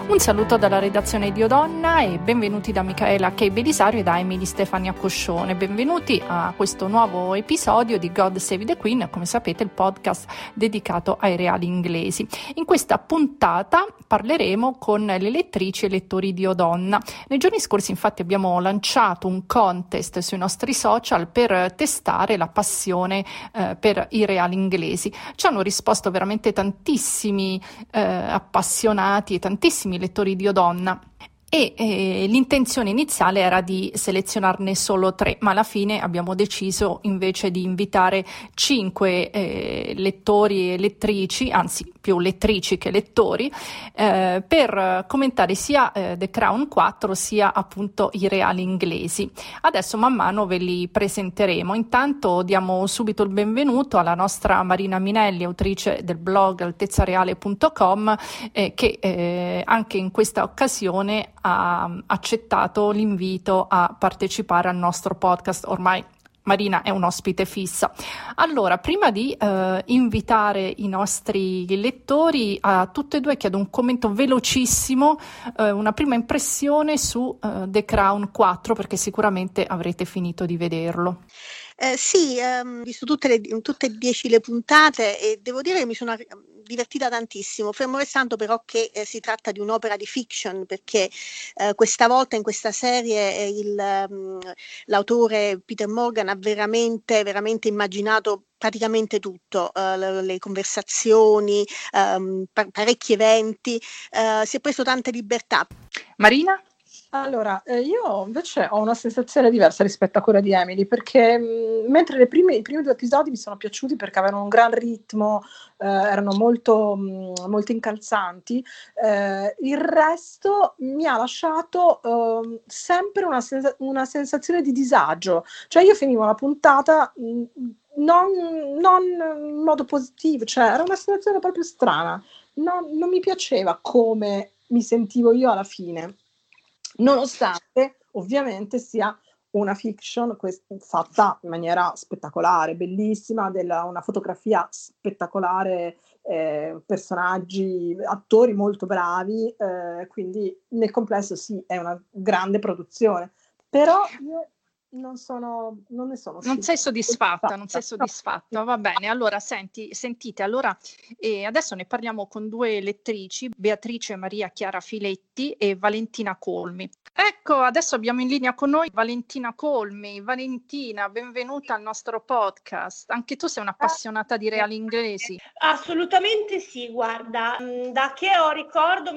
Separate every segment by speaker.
Speaker 1: Un saluto dalla redazione di Odonna e benvenuti da Micaela K. Belisario e da Emily Stefania Coscione. Benvenuti a questo nuovo episodio di God Save the Queen, come sapete il podcast dedicato ai reali inglesi. In questa puntata parleremo con le lettrici e lettori di Odonna. Nei giorni scorsi infatti abbiamo lanciato un contest sui nostri social per testare la passione per i reali inglesi. Ci hanno risposto veramente tantissimi appassionati e tantissimi lettori di Odonna e l'intenzione iniziale era di selezionarne solo 3, ma alla fine abbiamo deciso invece di invitare 5 lettori e lettrici, anzi più lettrici che lettori, per commentare sia The Crown 4 sia appunto i reali inglesi. Adesso man mano ve li presenteremo. Intanto diamo subito il benvenuto alla nostra Marina Minelli, autrice del blog altezzareale.com, che anche in questa occasione ha accettato l'invito a partecipare al nostro podcast. Ormai Marina è un ospite fissa. Allora, prima di invitare i nostri lettori, a tutte e due chiedo un commento velocissimo, una prima impressione su The Crown 4, perché sicuramente avrete finito di vederlo.
Speaker 2: Sì, ho visto tutte e 10 le puntate e devo dire che mi sono divertita tantissimo, fermo restando però che si tratta di un'opera di fiction, perché questa volta in questa serie l'autore Peter Morgan ha veramente immaginato praticamente tutto, le conversazioni, parecchi eventi, si è preso tante libertà.
Speaker 1: Marina?
Speaker 3: Allora, io invece ho una sensazione diversa rispetto a quella di Emily, perché mentre i primi 2 episodi mi sono piaciuti perché avevano un gran ritmo, erano molto incalzanti, il resto mi ha lasciato sempre una sensazione di disagio. Cioè io finivo la puntata non in modo positivo, cioè era una sensazione proprio strana, non mi piaceva come mi sentivo io alla fine. Nonostante ovviamente sia una fiction fatta in maniera spettacolare, bellissima, una fotografia spettacolare, personaggi, attori molto bravi, quindi nel complesso sì, è una grande produzione, però io non ne sono
Speaker 1: Non sei soddisfatta, non sei soddisfatta, va bene. Allora sentite, allora adesso ne parliamo con 2 lettrici, Beatrice Maria Chiara Filetti e Valentina Colmi. Ecco, adesso abbiamo in linea con noi Valentina Colmi. Valentina, benvenuta al nostro podcast. Anche tu sei un'appassionata di reali inglesi?
Speaker 4: Assolutamente sì, guarda, da che ho ricordo,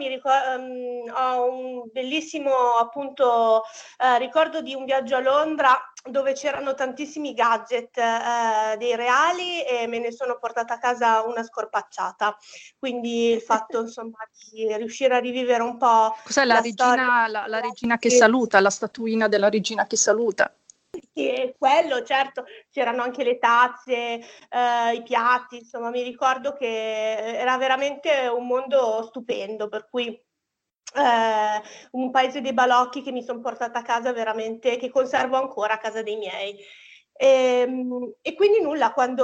Speaker 4: ho un bellissimo appunto ricordo di un viaggio a Londra dove c'erano tantissimi gadget dei reali e me ne sono portata a casa una scorpacciata, quindi il fatto insomma di riuscire a rivivere un po'.
Speaker 1: Cos'è la regina, la regina che saluta, la statuina della regina che saluta?
Speaker 4: Sì, quello, certo, c'erano anche le tazze, i piatti, insomma mi ricordo che era veramente un mondo stupendo, per cui un paese dei balocchi che mi son portata a casa veramente, che conservo ancora a casa dei miei. E quindi nulla, quando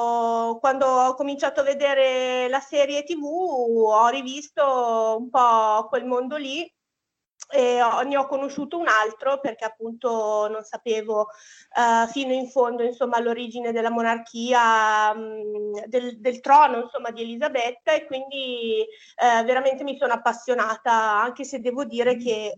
Speaker 4: ho cominciato a vedere la serie TV ho rivisto un po' quel mondo lì e ne ho conosciuto un altro perché appunto non sapevo fino in fondo insomma l'origine della monarchia, del trono insomma di Elisabetta, e quindi veramente mi sono appassionata, anche se devo dire che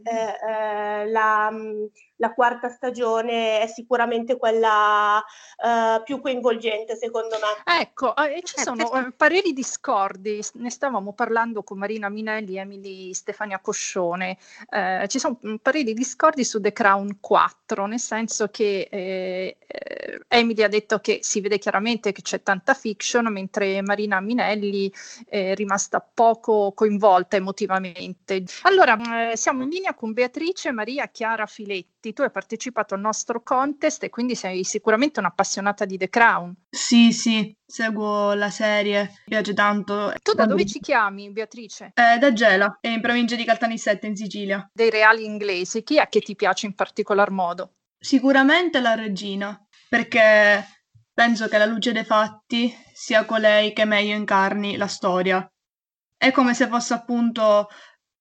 Speaker 4: la quarta stagione è sicuramente quella più coinvolgente secondo me.
Speaker 1: Ecco, ci sono pareri discordi, ne stavamo parlando con Marina Minelli e Emily Stefania Coscione. Ci sono pareri discordi su The Crown 4, nel senso che Emily ha detto che si vede chiaramente che c'è tanta fiction, mentre Marina Minelli è rimasta poco coinvolta emotivamente. Allora, siamo in linea con Beatrice Maria Chiara Filetti. Tu hai partecipato al nostro contest e quindi sei sicuramente un'appassionata di The Crown.
Speaker 5: Sì, seguo la serie, mi piace tanto.
Speaker 1: Tu da dove ci chiami, Beatrice?
Speaker 5: Da Gela, in provincia di Caltanissetta, in Sicilia.
Speaker 1: Dei reali inglesi, chi è che ti piace in particolar modo?
Speaker 5: Sicuramente la regina, perché penso che alla luce dei fatti sia colei che meglio incarni la storia. È come se fosse appunto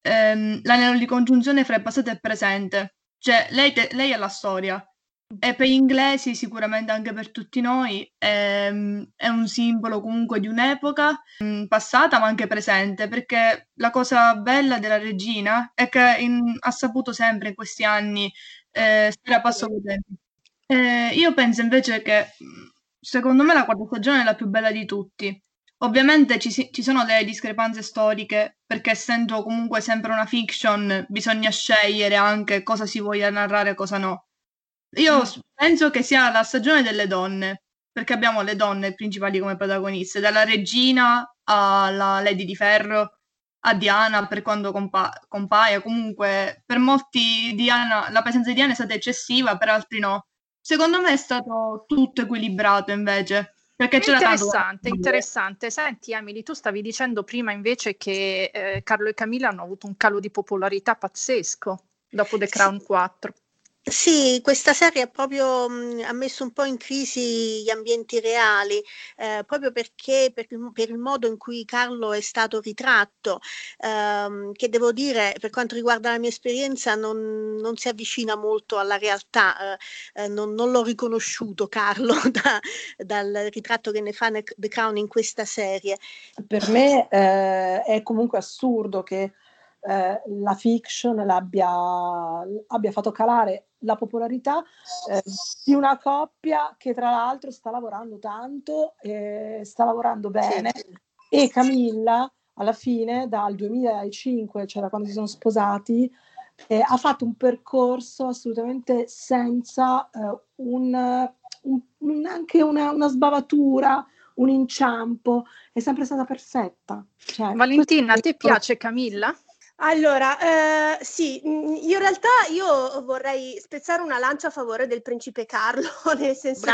Speaker 5: l'anello di congiunzione fra il passato e il presente. Cioè, lei è la storia. E per gli inglesi, sicuramente anche per tutti noi, è un simbolo comunque di un'epoca passata ma anche presente, perché la cosa bella della regina è che ha saputo sempre in questi anni stare a passo con i tempi. Io penso invece che, secondo me, la quarta stagione è la più bella di tutti. Ovviamente ci sono delle discrepanze storiche, perché essendo comunque sempre una fiction, bisogna scegliere anche cosa si voglia narrare e cosa no. Io penso che sia la stagione delle donne, perché abbiamo le donne principali come protagoniste, dalla regina alla Lady di Ferro, a Diana per quando compaia. Comunque, per molti la presenza di Diana è stata eccessiva, per altri no. Secondo me è stato tutto equilibrato invece, perché c'era tanto.
Speaker 1: Interessante. Senti, Emily, tu stavi dicendo prima invece che Carlo e Camilla hanno avuto un calo di popolarità pazzesco dopo The Crown 4.
Speaker 2: Sì, questa serie ha proprio ha messo un po' in crisi gli ambienti reali, proprio perché per il modo in cui Carlo è stato ritratto, che devo dire, per quanto riguarda la mia esperienza, non si avvicina molto alla realtà. Non l'ho riconosciuto Carlo dal ritratto che ne fa The Crown in questa serie.
Speaker 3: Per me è comunque assurdo che la fiction abbia fatto calare la popolarità di una coppia che tra l'altro sta lavorando tanto, sta lavorando bene, sì. E Camilla alla fine dal 2005, cioè da quando si sono sposati, ha fatto un percorso assolutamente senza anche una sbavatura, un inciampo, è sempre stata perfetta. Cioè,
Speaker 1: Valentina, a te piace Camilla?
Speaker 4: Allora, sì, in realtà io vorrei spezzare una lancia a favore del principe Carlo, nel senso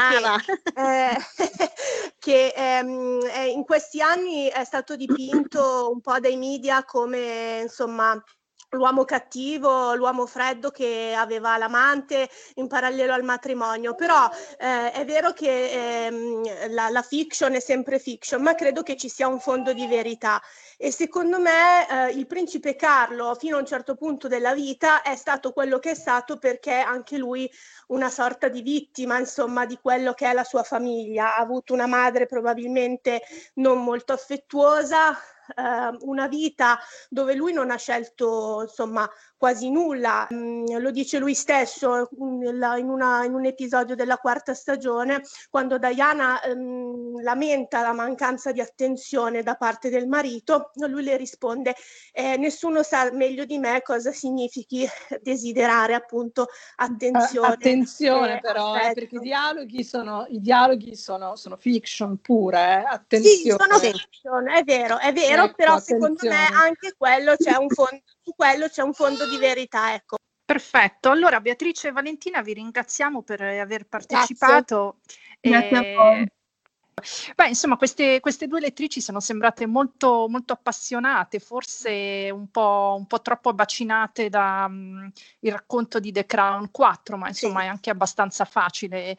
Speaker 4: che in questi anni è stato dipinto un po' dai media come, insomma, l'uomo cattivo, l'uomo freddo che aveva l'amante in parallelo al matrimonio, però è vero che la fiction è sempre fiction, ma credo che ci sia un fondo di verità. E secondo me il principe Carlo fino a un certo punto della vita è stato quello che è stato perché anche lui una sorta di vittima, insomma, di quello che è la sua famiglia. Ha avuto una madre probabilmente non molto affettuosa, una vita dove lui non ha scelto, insomma, quasi nulla. Lo dice lui stesso in un episodio della quarta stagione, quando Diana lamenta la mancanza di attenzione da parte del marito, lui le risponde nessuno sa meglio di me cosa significhi desiderare appunto attenzione.
Speaker 3: Attenzione però, perché i dialoghi sono fiction pure, attenzione.
Speaker 4: Sì, sono fiction, è vero, ecco, però attenzione. Secondo me anche quello su quello c'è un fondo di verità, ecco.
Speaker 1: Perfetto, allora Beatrice e Valentina vi ringraziamo per aver partecipato.
Speaker 5: Grazie a voi.
Speaker 1: Beh, insomma, queste due lettrici sono sembrate molto, molto appassionate, forse un po' troppo bacinate da il racconto di The Crown 4, ma insomma sì. È anche abbastanza facile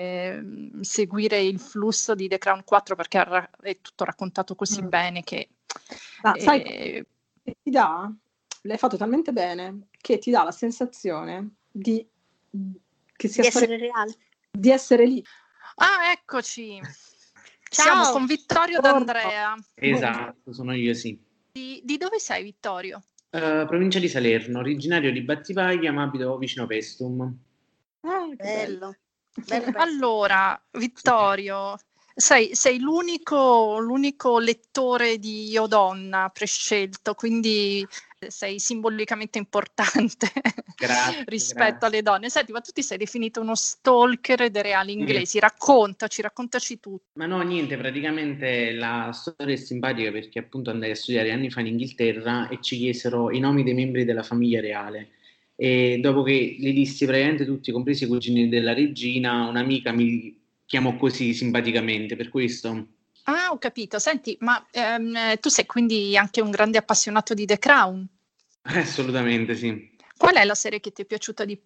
Speaker 1: seguire il flusso di The Crown 4 perché è tutto raccontato così bene che...
Speaker 3: sai, ti dà, l'hai fatto talmente bene che ti dà la sensazione di
Speaker 2: essere reale,
Speaker 3: di essere lì.
Speaker 1: Ah, eccoci!
Speaker 2: Ciao.
Speaker 1: Siamo con Vittorio D'Andrea.
Speaker 6: Esatto, sono io, sì.
Speaker 1: Di dove sei, Vittorio?
Speaker 6: Provincia di Salerno, originario di Battipaglia, ma abito vicino Pestum.
Speaker 2: Bello.
Speaker 1: Allora, Vittorio, sei l'unico lettore di Io Donna prescelto, quindi sei simbolicamente importante rispetto alle donne. Senti, ma tu ti sei definito uno stalker dei reali inglesi, raccontaci tutto.
Speaker 6: Ma no, niente, praticamente la storia è simpatica perché appunto andai a studiare anni fa in Inghilterra e ci chiesero i nomi dei membri della famiglia reale e dopo che li dissi praticamente tutti, compresi i cugini della regina, un'amica mi chiamò così simpaticamente, per questo...
Speaker 1: Ah, ho capito. Senti, ma tu sei quindi anche un grande appassionato di The Crown?
Speaker 6: Assolutamente, sì.
Speaker 1: Qual è la serie che ti è piaciuta di più?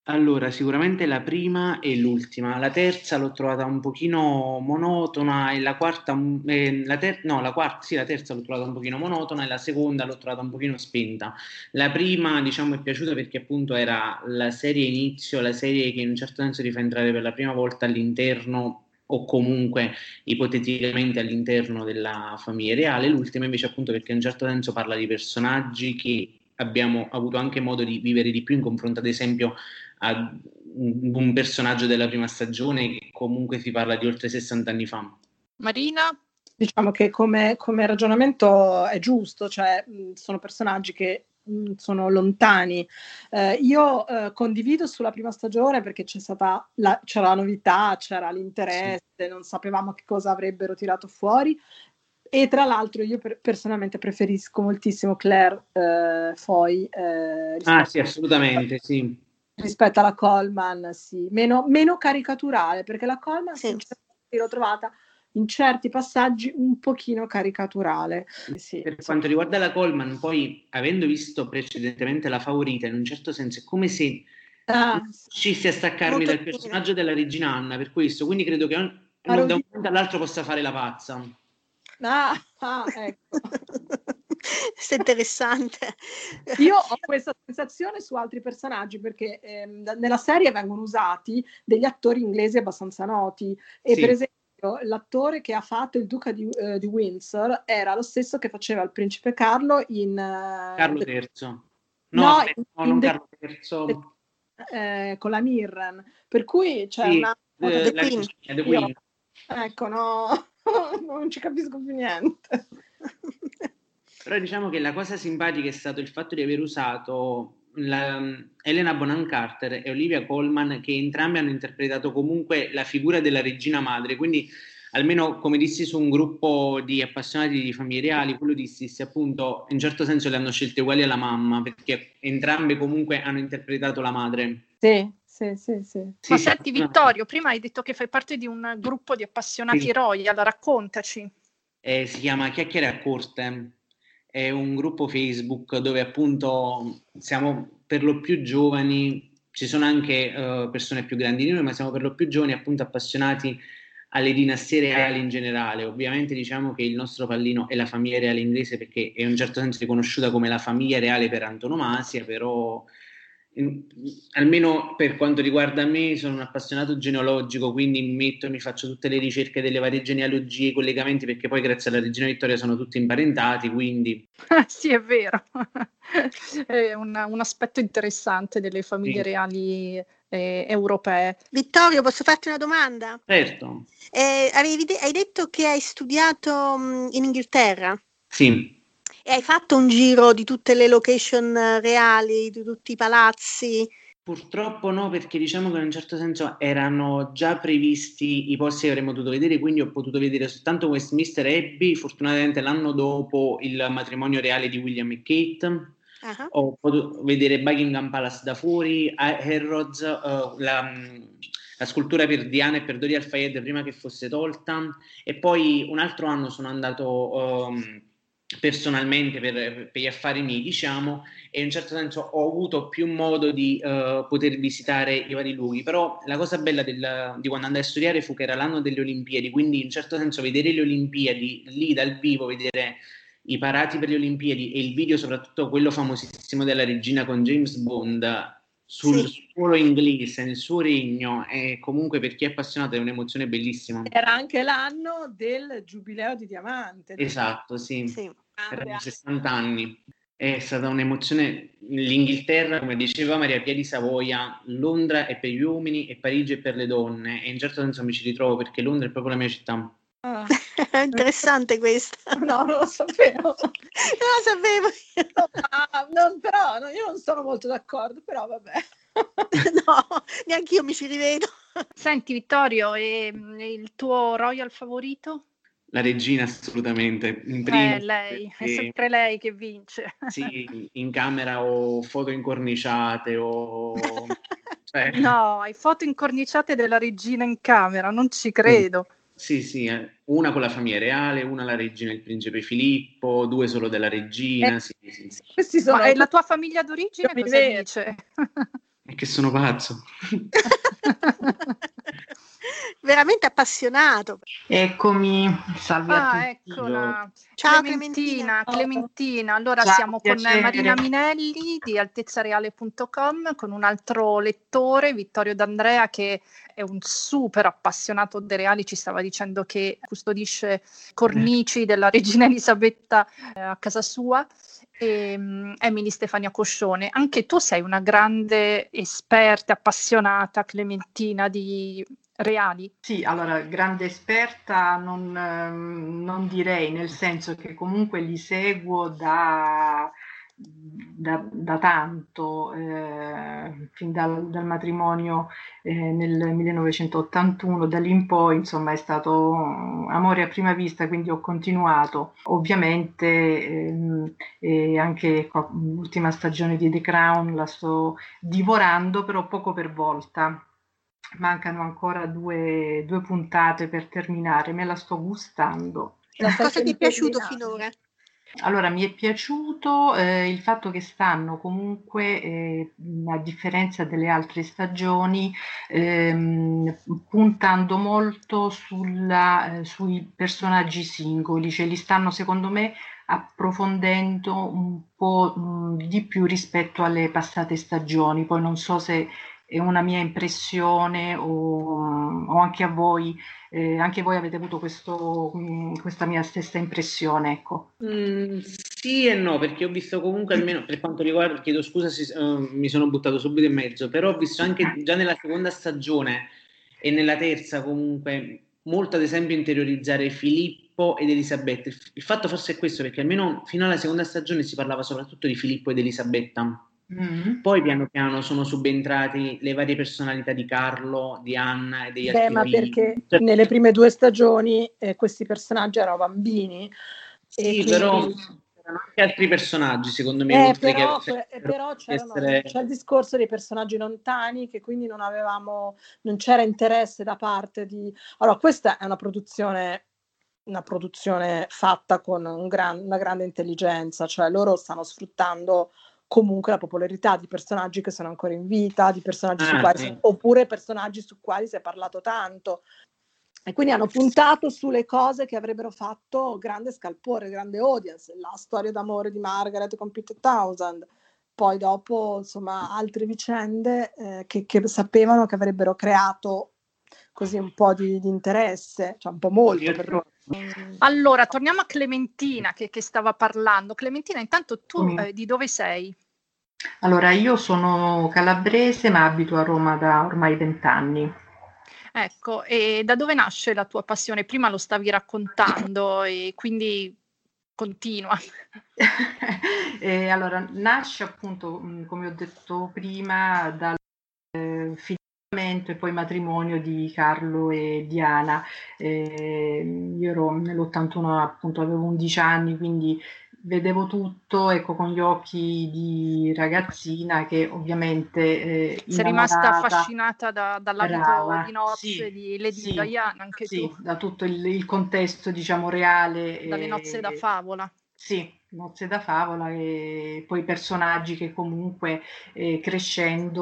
Speaker 6: Allora, sicuramente la prima e l'ultima. La terza l'ho trovata un pochino monotona e la quarta, la terza l'ho trovata un pochino monotona e la seconda l'ho trovata un pochino spenta. La prima, diciamo, è piaciuta perché appunto era la serie inizio, la serie che in un certo senso ti fa entrare per la prima volta all'interno o comunque ipoteticamente all'interno della famiglia reale. L'ultima invece appunto perché in un certo senso parla di personaggi che abbiamo avuto anche modo di vivere di più in confronto ad esempio a un personaggio della prima stagione che comunque si parla di oltre 60 anni fa.
Speaker 1: Marina?
Speaker 3: Diciamo che come ragionamento è giusto, cioè sono personaggi che sono lontani. Io condivido sulla prima stagione perché c'era la novità, c'era l'interesse, sì. Non sapevamo che cosa avrebbero tirato fuori. E tra l'altro io personalmente preferisco moltissimo Claire Foy.
Speaker 6: Sì, assolutamente, sì.
Speaker 3: Rispetto alla Coleman, sì. Meno caricaturale, perché la Coleman
Speaker 2: sì.
Speaker 3: L'ho trovata in certi passaggi un pochino caricaturale.
Speaker 6: Sì. Per quanto riguarda la Coleman, poi avendo visto precedentemente La Favorita, in un certo senso è come se riuscissi a staccarmi dal personaggio della regina Anna, per questo, quindi credo che da un momento all'altro possa fare la pazza.
Speaker 3: Ecco.
Speaker 2: Questo è interessante.
Speaker 3: Io ho questa sensazione su altri personaggi perché nella serie vengono usati degli attori inglesi abbastanza noti e sì. Per esempio l'attore che ha fatto il duca di Windsor era lo stesso che faceva il principe Carlo in
Speaker 6: Carlo III.
Speaker 3: Non
Speaker 6: Carlo III.
Speaker 3: Con la Mirren, per cui c'è
Speaker 6: sì,
Speaker 3: una
Speaker 6: The Queen.
Speaker 3: Ecco, no, non ci capisco più niente.
Speaker 6: Però diciamo che la cosa simpatica è stato il fatto di aver usato Helena Bonham Carter e Olivia Colman, che entrambi hanno interpretato comunque la figura della regina madre, quindi almeno come dissi su un gruppo di appassionati di famiglie reali, quello dissi appunto in certo senso le hanno scelte uguali alla mamma, perché entrambe comunque hanno interpretato la madre.
Speaker 3: Sì.
Speaker 1: Ma senti Vittorio, prima hai detto che fai parte di un gruppo di appassionati royal, raccontaci.
Speaker 6: Si chiama Chiacchiere a Corte. È un gruppo Facebook dove appunto siamo per lo più giovani, ci sono anche persone più grandi di noi, ma siamo per lo più giovani appunto appassionati alle dinastie reali in generale. Ovviamente diciamo che il nostro pallino è la famiglia reale inglese perché è in un certo senso riconosciuta come la famiglia reale per antonomasia, però almeno per quanto riguarda me sono un appassionato genealogico, quindi mi faccio tutte le ricerche delle varie genealogie, i collegamenti, perché poi grazie alla regina Vittoria sono tutti imparentati, quindi
Speaker 1: sì, è vero. È un aspetto interessante delle famiglie reali europee.
Speaker 2: Vittorio, posso farti una domanda?
Speaker 6: Certo.
Speaker 2: Hai detto che hai studiato in Inghilterra?
Speaker 6: Sì.
Speaker 2: E hai fatto un giro di tutte le location reali, di tutti i palazzi?
Speaker 6: Purtroppo no, perché diciamo che in un certo senso erano già previsti i posti che avremmo potuto vedere, quindi ho potuto vedere soltanto Westminster Abbey, fortunatamente l'anno dopo il matrimonio reale di William e Kate. Ho potuto vedere Buckingham Palace da fuori, Harrods, la scultura per Diana e per Dori Al-Fayed prima che fosse tolta, e poi un altro anno sono andato personalmente per gli affari miei, diciamo, e in un certo senso ho avuto più modo di poter visitare i vari luoghi. Però la cosa bella di quando andai a studiare fu che era l'anno delle Olimpiadi, quindi in un certo senso vedere le Olimpiadi lì dal vivo, vedere i parati per le Olimpiadi e il video, soprattutto quello famosissimo della regina con James Bond sul suolo inglese, nel suo regno, e comunque per chi è appassionato è un'emozione bellissima.
Speaker 3: Era anche l'anno del Giubileo di Diamante.
Speaker 6: Esatto, sì. Erano 60 anni. È stata un'emozione. L'Inghilterra, come diceva Maria Pia di Savoia, Londra è per gli uomini e Parigi è per le donne, e in certo senso mi ci ritrovo perché Londra è proprio la mia città.
Speaker 2: Interessante questa.
Speaker 3: No, non lo sapevo.
Speaker 2: Non lo sapevo.
Speaker 3: Però io non sono molto d'accordo, però vabbè.
Speaker 2: No, neanche io mi ci rivedo.
Speaker 1: Senti Vittorio, e il tuo royal favorito?
Speaker 6: La regina, assolutamente. In primo,
Speaker 1: lei, è sempre lei che vince.
Speaker 6: Sì, in camera ho foto incorniciate cioè...
Speaker 1: No, hai foto incorniciate della regina in camera, non ci credo.
Speaker 6: Sì, una con la famiglia reale, una la regina e il principe Filippo, 2 solo della regina. Sì.
Speaker 3: Questi sono...
Speaker 1: Ma la tua famiglia d'origine cosa dice?
Speaker 6: È che sono pazzo.
Speaker 2: Veramente appassionato.
Speaker 7: Eccomi, salve a tutti.
Speaker 1: Eccola.
Speaker 2: Ciao
Speaker 1: Clementina. Allora
Speaker 7: Ciao,
Speaker 1: siamo con
Speaker 7: piacere.
Speaker 1: Marina Minelli di altezzareale.com, con un altro lettore, Vittorio D'Andrea, che è un super appassionato dei reali, ci stava dicendo che custodisce cornici della regina Elisabetta a casa sua. E Emily Stefania Coscione, anche tu sei una grande esperta, appassionata, Clementina, di reali?
Speaker 7: Sì, allora, grande esperta non direi, nel senso che comunque li seguo da tanto, fin dal matrimonio nel 1981, da lì in poi, insomma, è stato amore a prima vista, quindi ho continuato. Ovviamente anche l'ultima stagione di The Crown la sto divorando, però poco per volta. Mancano ancora due puntate per terminare, me la sto gustando.
Speaker 2: Cosa ti è piaciuto finora?
Speaker 7: Allora, mi è piaciuto il fatto che stanno comunque, a differenza delle altre stagioni, puntando molto sui personaggi singoli, cioè li stanno secondo me approfondendo un po' di più rispetto alle passate stagioni. Poi non so se è una mia impressione o anche a voi. Anche voi avete avuto questa mia stessa impressione, ecco.
Speaker 6: Sì e no, perché ho visto comunque, almeno per quanto riguarda, chiedo scusa se mi sono buttato subito in mezzo, però ho visto anche già nella seconda stagione e nella terza comunque molto, ad esempio, interiorizzare Filippo ed Elisabetta. Il fatto forse è questo, perché almeno fino alla seconda stagione si parlava soprattutto di Filippo ed Elisabetta. Poi piano piano sono subentrati le varie personalità di Carlo, di Anna e degli altri
Speaker 3: ma
Speaker 6: figli.
Speaker 3: perché nelle prime 2 stagioni questi personaggi erano bambini.
Speaker 6: Sì,
Speaker 3: quindi...
Speaker 6: però c'erano anche altri personaggi, secondo me, oltre
Speaker 3: però c'è il discorso dei personaggi lontani, che quindi non c'era interesse da parte di... Allora, questa è una produzione fatta con una grande intelligenza, cioè loro stanno sfruttando comunque la popolarità di personaggi che sono ancora in vita, di personaggi oppure personaggi su quali si è parlato tanto, e quindi hanno puntato sulle cose che avrebbero fatto grande scalpore, grande audience, la storia d'amore di Margaret con Peter Townsend, poi dopo insomma altre vicende che sapevano che avrebbero creato così un po' di interesse, cioè un po' molto.
Speaker 1: Allora, torniamo a Clementina che stava parlando. Clementina, intanto tu di dove sei?
Speaker 7: Allora, io sono calabrese, ma abito a Roma da ormai 20 anni.
Speaker 1: Ecco, e da dove nasce la tua passione? Prima lo stavi raccontando e quindi continua.
Speaker 7: Allora, nasce appunto, come ho detto prima, dal fidanzamento e poi matrimonio di Carlo e Diana. Io ero nell'81, appunto avevo 11 anni, quindi vedevo tutto, ecco, con gli occhi di ragazzina che ovviamente
Speaker 1: sei rimasta affascinata dall'abito di nozze di Lady Diana, anche tu?
Speaker 7: Da tutto il contesto, diciamo, reale.
Speaker 1: Dalle nozze da favola.
Speaker 7: Sì, nozze da favola, e poi personaggi che comunque crescendo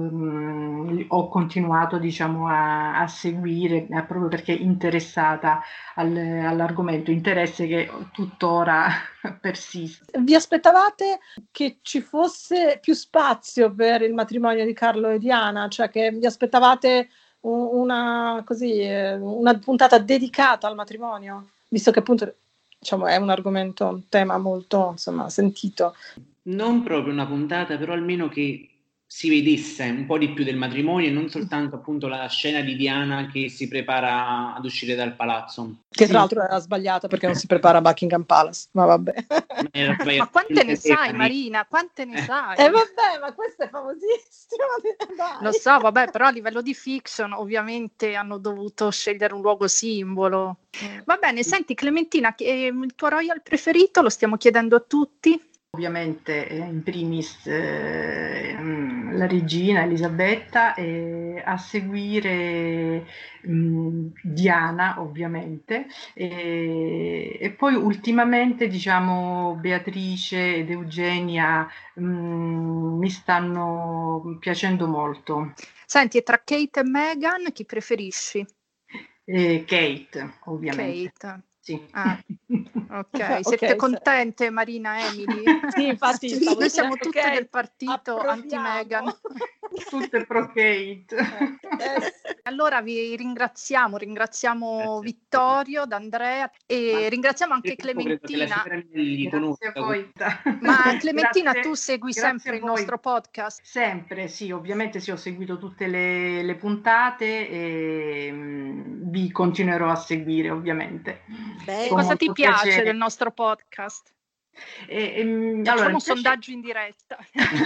Speaker 7: ho continuato, diciamo, a seguire, proprio perché interessata all'argomento, interesse che tuttora persiste.
Speaker 3: Vi aspettavate che ci fosse più spazio per il matrimonio di Carlo e Diana? Cioè che vi aspettavate una puntata dedicata al matrimonio? Visto che appunto, diciamo, è un argomento, un tema molto, insomma, sentito.
Speaker 6: Non proprio una puntata, però almeno che si vedesse un po' di più del matrimonio e non soltanto appunto la scena di Diana che si prepara ad uscire dal palazzo.
Speaker 3: Che tra l'altro era sbagliata perché non si prepara a Buckingham Palace, ma vabbè.
Speaker 1: Ma quante ne sai, Marina? Quante ne sai?
Speaker 3: Vabbè, ma questa è famosissima. Dai.
Speaker 1: Lo so, vabbè, però a livello di fiction ovviamente hanno dovuto scegliere un luogo simbolo. Va bene, senti Clementina, il tuo royal preferito, lo stiamo chiedendo a tutti?
Speaker 7: ovviamente in primis la regina Elisabetta, e a seguire Diana ovviamente, e poi ultimamente diciamo Beatrice ed Eugenia mi stanno piacendo molto.
Speaker 1: Senti, e tra Kate e Meghan chi preferisci?
Speaker 7: Kate ovviamente.
Speaker 1: Kate.
Speaker 7: Sì.
Speaker 1: Ah, ok, siete contente Marina, Emily?
Speaker 3: Sì, infatti
Speaker 1: Noi siamo tutte del partito anti-Meghan.
Speaker 7: Tutte pro Kate.
Speaker 1: Allora vi ringraziamo Vittorio, D'Andrea e ringraziamo anche Clementina.
Speaker 7: Grazie a voi.
Speaker 1: Ma Clementina,
Speaker 7: Grazie,
Speaker 1: tu segui
Speaker 7: grazie
Speaker 1: sempre
Speaker 7: a
Speaker 1: il
Speaker 7: voi.
Speaker 1: nostro podcast?
Speaker 7: Sempre, sì, ovviamente sì, ho seguito tutte le puntate e vi continuerò a seguire ovviamente.
Speaker 1: E
Speaker 7: Con
Speaker 1: cosa ti
Speaker 7: molto
Speaker 1: piace
Speaker 7: piacere.
Speaker 1: del nostro podcast?
Speaker 7: Allora,
Speaker 1: Facciamo un sondaggio in diretta.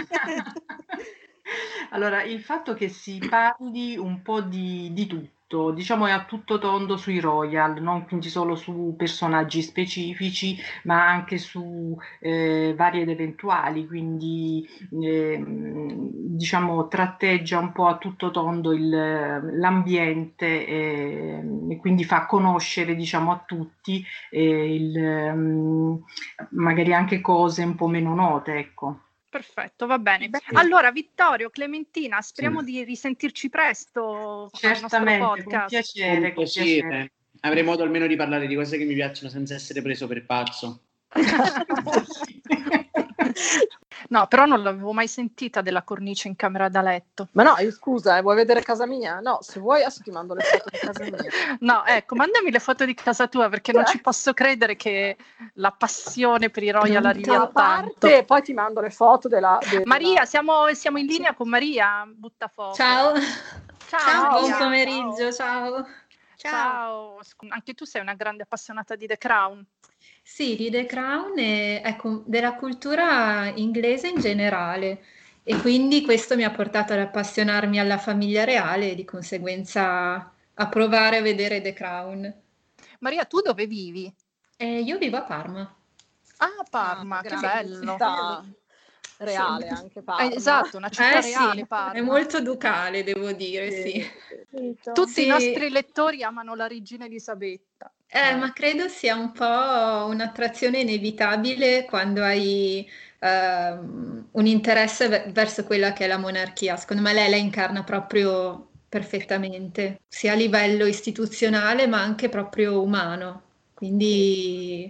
Speaker 7: Allora, il fatto che si parli un po' di tutto, diciamo è a tutto tondo sui royal, non quindi solo su personaggi specifici, ma anche su vari ed eventuali, quindi diciamo tratteggia un po' a tutto tondo l'ambiente e quindi fa conoscere diciamo a tutti magari anche cose un po' meno note, ecco.
Speaker 1: Perfetto, va bene. Allora, Vittorio, Clementina, speriamo di risentirci presto al nostro podcast.
Speaker 7: Con piacere,
Speaker 6: con piacere. Avrei modo almeno di parlare di cose che mi piacciono senza essere preso per pazzo.
Speaker 1: No, però non l'avevo mai sentita della cornice in camera da letto.
Speaker 3: Ma no, scusa, vuoi vedere casa mia? No, se vuoi adesso ti mando le foto di casa mia.
Speaker 1: No, ecco, mandami le foto di casa tua perché non ci posso credere che la passione per i royal arrivi a tanto.
Speaker 3: E poi ti mando le foto
Speaker 1: Maria, siamo in linea con Maria Buttafuoco.
Speaker 8: Ciao.
Speaker 1: Ciao,
Speaker 8: Buon pomeriggio, ciao.
Speaker 1: Ciao. Anche tu sei una grande appassionata di The Crown.
Speaker 8: Sì, di The Crown e ecco, della cultura inglese in generale, e quindi questo mi ha portato ad appassionarmi alla famiglia reale e di conseguenza a provare a vedere The Crown.
Speaker 1: Maria, tu dove vivi?
Speaker 8: Io vivo a Parma.
Speaker 1: Ah, Parma, che bello.
Speaker 3: Città reale anche Parma.
Speaker 1: Esatto, una città reale,
Speaker 8: sì,
Speaker 1: Parma.
Speaker 8: è molto ducale, devo dire, sì.
Speaker 1: Tutti i nostri lettori amano la regina Elisabetta.
Speaker 8: Ma credo sia un po' un'attrazione inevitabile quando hai un interesse verso quella che è la monarchia. Secondo me lei la incarna proprio perfettamente, sia a livello istituzionale ma anche proprio umano. Quindi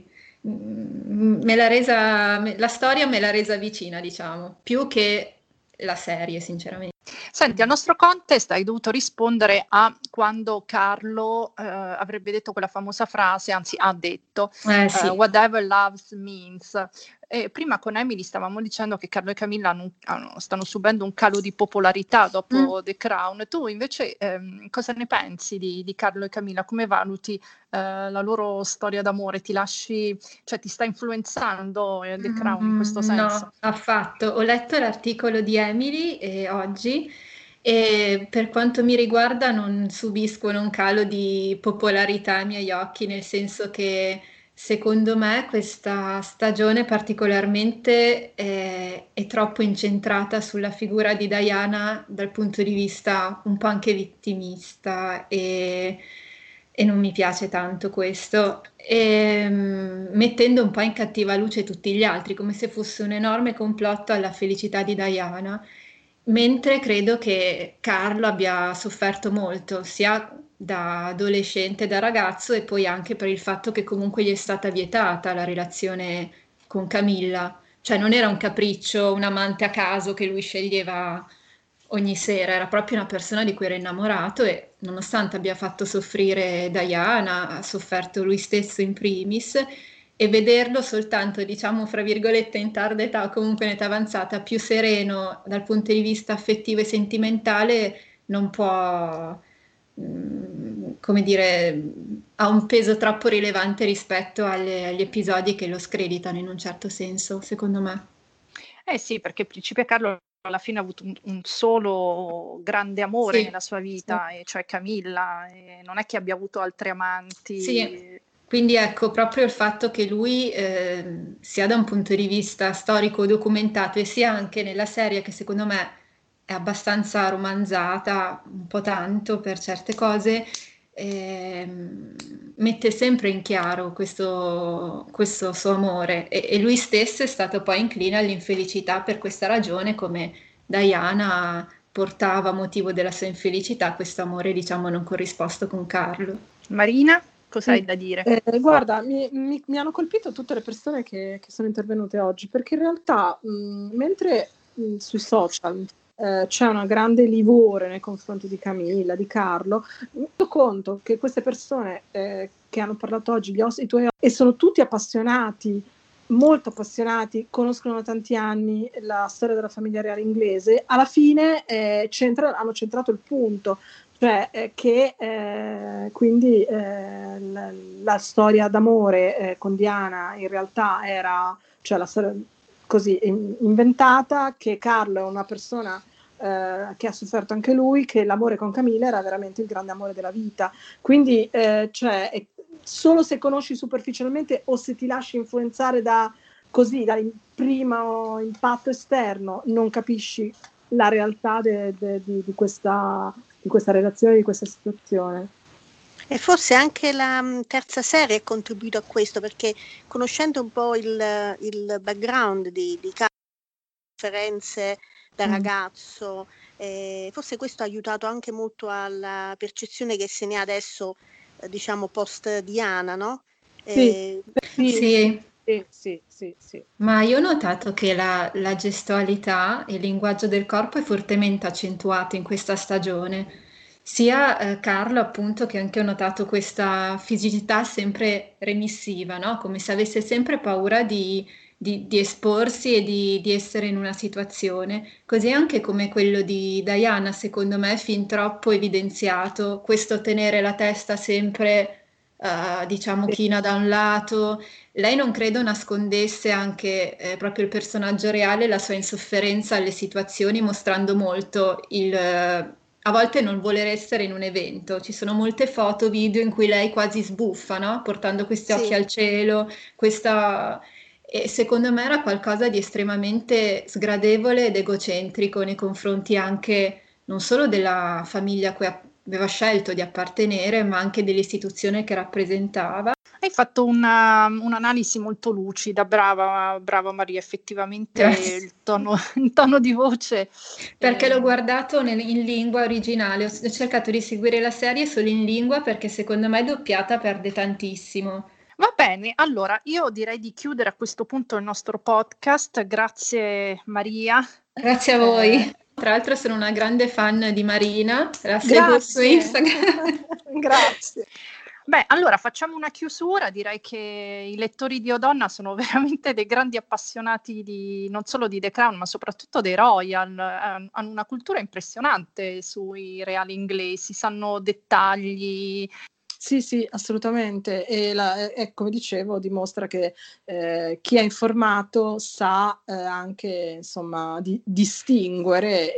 Speaker 8: la storia me l'ha resa vicina, diciamo, più che la serie, sinceramente.
Speaker 1: Senti, al nostro contest hai dovuto rispondere a quando Carlo avrebbe detto quella famosa frase, anzi ha detto
Speaker 8: Sì.
Speaker 1: whatever love means. E prima con Emily stavamo dicendo che Carlo e Camilla stanno subendo un calo di popolarità dopo The Crown. Tu invece cosa ne pensi di Carlo e Camilla? Come valuti la loro storia d'amore? Ti sta influenzando The Crown in questo senso?
Speaker 8: No, affatto. Ho letto l'articolo di Emily oggi e per quanto mi riguarda non subiscono un calo di popolarità ai miei occhi, nel senso che secondo me questa stagione particolarmente è troppo incentrata sulla figura di Diana dal punto di vista un po' anche vittimista e non mi piace tanto questo, mettendo un po' in cattiva luce tutti gli altri, come se fosse un enorme complotto alla felicità di Diana, mentre credo che Carlo abbia sofferto molto, sia da adolescente, da ragazzo, e poi anche per il fatto che comunque gli è stata vietata la relazione con Camilla, cioè non era un capriccio, un amante a caso che lui sceglieva ogni sera, era proprio una persona di cui era innamorato e nonostante abbia fatto soffrire Diana, ha sofferto lui stesso in primis, e vederlo soltanto, diciamo, fra virgolette, in tarda età o comunque in età avanzata, più sereno dal punto di vista affettivo e sentimentale, non può, come dire, ha un peso troppo rilevante rispetto agli episodi che lo screditano in un certo senso, secondo me.
Speaker 1: Sì, perché il principe Carlo alla fine ha avuto un solo grande amore nella sua vita, e cioè Camilla, e non è che abbia avuto altri amanti.
Speaker 8: Sì. Quindi ecco, proprio il fatto che lui sia da un punto di vista storico documentato e sia anche nella serie, che secondo me è abbastanza romanzata, un po' tanto per certe cose, mette sempre in chiaro questo suo amore, e lui stesso è stato poi incline all'infelicità per questa ragione, come Diana portava a motivo della sua infelicità questo amore, diciamo, non corrisposto con Carlo.
Speaker 1: Marina, cosa hai da dire?
Speaker 3: Guarda, mi hanno colpito tutte le persone che sono intervenute oggi, perché in realtà mentre sui social c'è una grande livore nei confronti di Camilla, di Carlo, mi rendo conto che queste persone che hanno parlato oggi, i tuoi, e sono tutti appassionati, molto appassionati, conoscono da tanti anni la storia della famiglia reale inglese, alla fine hanno centrato il punto, cioè che quindi la storia d'amore con Diana in realtà era, cioè la storia così inventata, che Carlo è una persona che ha sofferto anche lui, che l'amore con Camilla era veramente il grande amore della vita. Quindi cioè, solo se conosci superficialmente o se ti lasci influenzare dal primo impatto esterno, non capisci la realtà di questa relazione, di questa situazione.
Speaker 2: E forse anche la terza serie ha contribuito a questo, perché conoscendo un po' il background di Carlo, differenze da ragazzo, forse questo ha aiutato anche molto alla percezione che se ne ha adesso, diciamo, post Diana, no?
Speaker 8: Sì.
Speaker 3: Sì.
Speaker 8: Ma io ho notato che la gestualità e il linguaggio del corpo è fortemente accentuato in questa stagione. Sia Carlo, appunto, che anche ho notato questa fisicità sempre remissiva, no? Come se avesse sempre paura di esporsi e di essere in una situazione. Così anche come quello di Diana, secondo me, è fin troppo evidenziato, questo tenere la testa sempre, diciamo, china da un lato. Lei non credo nascondesse anche proprio il personaggio reale, la sua insofferenza alle situazioni, mostrando molto a volte non voler essere in un evento. Ci sono molte foto, video in cui lei quasi sbuffa, no? Portando questi occhi al cielo, e secondo me era qualcosa di estremamente sgradevole ed egocentrico nei confronti anche non solo della famiglia a cui aveva scelto di appartenere, ma anche dell'istituzione che rappresentava.
Speaker 1: Hai fatto un'analisi molto lucida, brava Maria, effettivamente il tono di voce.
Speaker 8: Perché l'ho guardato in lingua originale, ho cercato di seguire la serie solo in lingua perché secondo me doppiata perde tantissimo.
Speaker 1: Va bene, allora io direi di chiudere a questo punto il nostro podcast. Grazie Maria.
Speaker 8: Grazie a voi. Tra l'altro sono una grande fan di Marina, la seguo su Instagram.
Speaker 3: Grazie.
Speaker 1: Beh, allora facciamo una chiusura, direi che i lettori di Odonna sono veramente dei grandi appassionati non solo di The Crown, ma soprattutto dei Royal, hanno una cultura impressionante sui reali inglesi, sanno dettagli.
Speaker 3: Sì, assolutamente. E come dicevo, dimostra che chi è informato sa anche, insomma, distinguere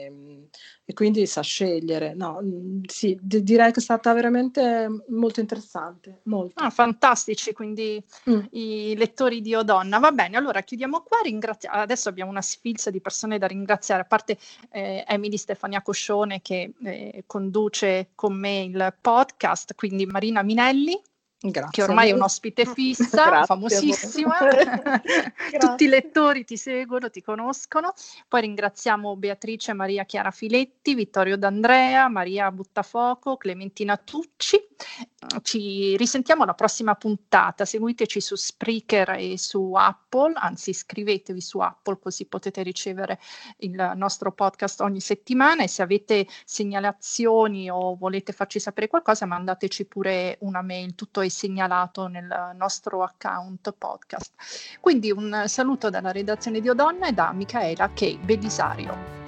Speaker 3: e quindi sa scegliere. No, sì, direi che è stata veramente molto interessante. Molto.
Speaker 1: Fantastici, quindi i lettori di Odonna. Va bene, allora chiudiamo qua. Adesso abbiamo una sfilza di persone da ringraziare, a parte Emily Stefania Coscione che conduce con me il podcast, quindi Marina Minelli.
Speaker 3: Grazie,
Speaker 1: che ormai è un ospite fissa, famosissima. Tutti i lettori ti seguono, ti conoscono. Poi ringraziamo Beatrice Maria Chiara Filetti, Vittorio D'Andrea, Maria Buttafoco, Clementina Tucci. Ci risentiamo alla prossima puntata. Seguiteci su Spreaker e su Apple, anzi iscrivetevi su Apple così potete ricevere il nostro podcast ogni settimana, e se avete segnalazioni o volete farci sapere qualcosa mandateci pure una mail, tutto è segnalato nel nostro account podcast. Quindi un saluto dalla redazione di Odonna e da Micaela K. Belisario.